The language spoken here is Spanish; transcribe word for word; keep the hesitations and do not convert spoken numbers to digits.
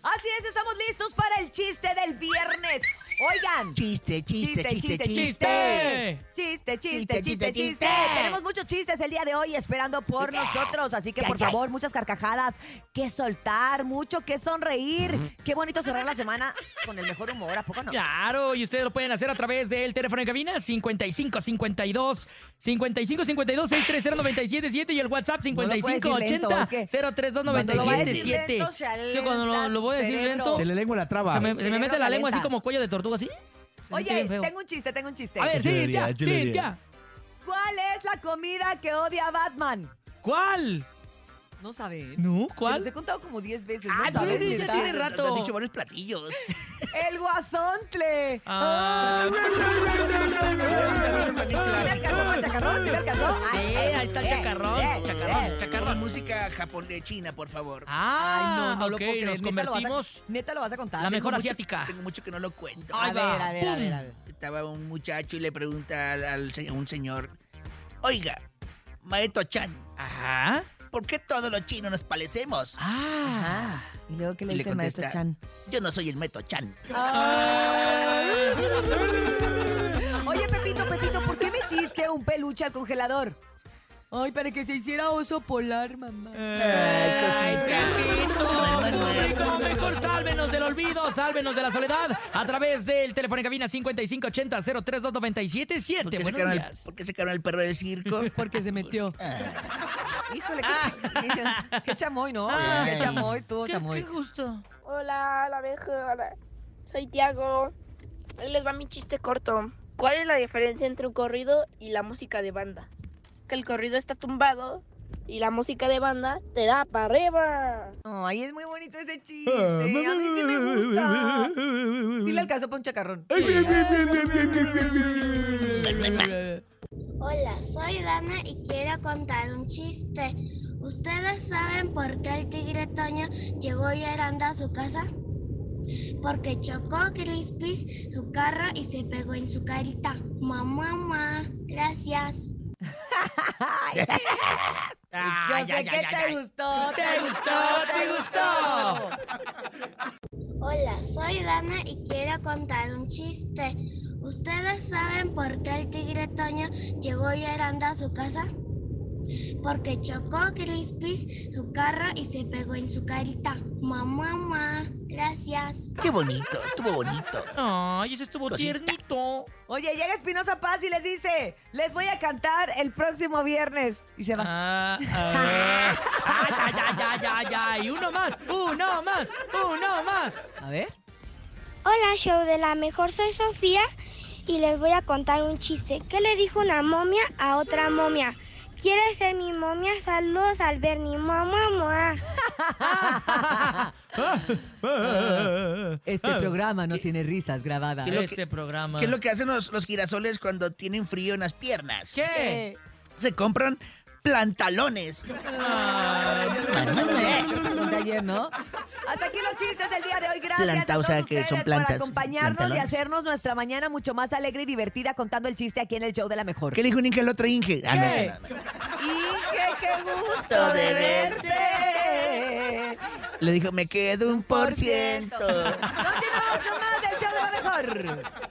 Así es, estamos listos para el chiste del viernes. Oigan. Chiste, chiste, chiste, chiste. Chiste, chiste, chiste, Chiste, chiste, chiste. chiste. Tenemos muchos chistes el día de hoy esperando por nosotros. Así que, Ya, por ya. favor, muchas carcajadas. Que soltar, mucho que sonreír. Qué bonito cerrar la semana con el mejor humor, ¿a poco no? Claro, y ustedes lo pueden hacer a través del teléfono en cabina cincuenta y cinco cincuenta y dos cincuenta y cinco cincuenta y dos sesenta y tres cero noventa y siete siete y el WhatsApp cincuenta y cinco ochenta cero treinta y dos noventa y Cuando lo va a siete decir siete. lento, se Yo cuando lo, alenta lo voy a su decir cerebro. lento, Se le lengua la traba. se me, se me cerebro mete la se lengua así alenta. como cuello de tortuga, ¿sí? Se Oye, siente bien feo. tengo un chiste, tengo un chiste. A ver, sí, Chulería, ya, sí, chulería. ya. ¿Cuál es la comida que odia Batman? ¿Cuál? No saben. No, Se ¿cuál? los he contado como diez veces. Ah, ¿no sabes? sí, ya ¿Neta? tiene rato. Te has dicho varios platillos. El guasontle. Ah, ¿Sí me alcanzó para el chacarrón? ¿Sí me alcanzó? sí, ahí está el Bien, chacarrón, bien, chacarrón, bien. chacarrón. Con música japonesa china, por favor. Ah, Ay, no, no lo ok, puedo creer. nos Neta, lo vas a- convertimos Neta lo vas a contar. la mejor Tengo mucho- asiática. Tengo mucho que no lo cuento. Ahí A va. ver, a ver, a ¡Pum! ver, a ver. Estaba un muchacho y le pregunta al, al se- a un señor, oiga, Maeto Chan, Ajá. ¿por qué todos los chinos nos parecemos? Ah. Ah, y luego que le Y le dice el maestro contesta, Chan. Yo no soy el Meto Chan. Oye, Pepito, Pepito, ¿por qué metiste un peluche al congelador? Ay, para que se hiciera oso polar, mamá. Ay, cosita. Pepito, como mejor sálvenos del olvido, sálvenos de la soledad a través del teléfono en cabina cincuenta y cinco ochenta cero treinta y dos noventa y siete ¿Por siete. qué, Buenos sacaron el, días. por qué sacaron el perro del circo? Porque se metió. Ah, Híjole, qué, ch- qué chamoy, ¿no? Ay. Qué chamoy, tú, ¿Qué, chamoy. qué gusto. Hola, la mejor. Soy Tiago. Ahí les va mi chiste corto. ¿Cuál es la diferencia entre un corrido y la música de banda? Que el corrido está tumbado y la música de banda te da para arriba. Ay, es muy bonito ese chiste. A mí sí me gusta. Sí le alcanzó para un chacarrón. Hola, soy Dana y quiero contar un chiste. ¿Ustedes saben por qué el tigre Toño llegó llorando a su casa? Porque chocó Crispis su carro y se pegó en su carita. Mamá, mamá, gracias. Yo Ay, sé ay, que ay, te ay, ay. gustó. ¿Te gustó? ¿Te gustó? Hola, soy Dana y quiero contar un chiste. ¿Ustedes saben por qué el tigre Toño llegó llorando a su casa? Porque chocó Crispis su carro y se pegó en su carita. Mamá, mamá, gracias. qué bonito, estuvo bonito. Ay, ese estuvo Cosita. tiernito. Oye, llega Espinosa Paz y les dice, les voy a cantar el próximo viernes. Y se va. Ah, ah, ah, ya, ya, ya, ya, ya. Y uno más, uno más, uno más. A ver. Hola, show de la mejor, soy Sofía y les voy a contar un chiste. ¿Qué le dijo una momia a otra momia? ¿Quieres ser mi momia? Saludos al Bernie, mamá, mamá. Este programa no tiene risas grabadas. ¿Qué es lo Este programa. ¿Qué es lo que hacen los, los girasoles cuando tienen frío en las piernas? ¿Qué? Se compran plantalones. Los de ayer, ¿no? Hasta aquí los chistes del día de hoy. Gracias Planta, a o todos sea, que son ustedes plantas, por acompañarnos y plantalones. hacernos nuestra mañana mucho más alegre y divertida contando el chiste aquí en el show de la mejor. ¿Qué le dijo un Inge al otro Inge? Ah, no, ¿Qué? no, no, no. Inge, qué gusto de verte. Le dijo, me quedo un por ciento. Continuamos con más del show de la mejor.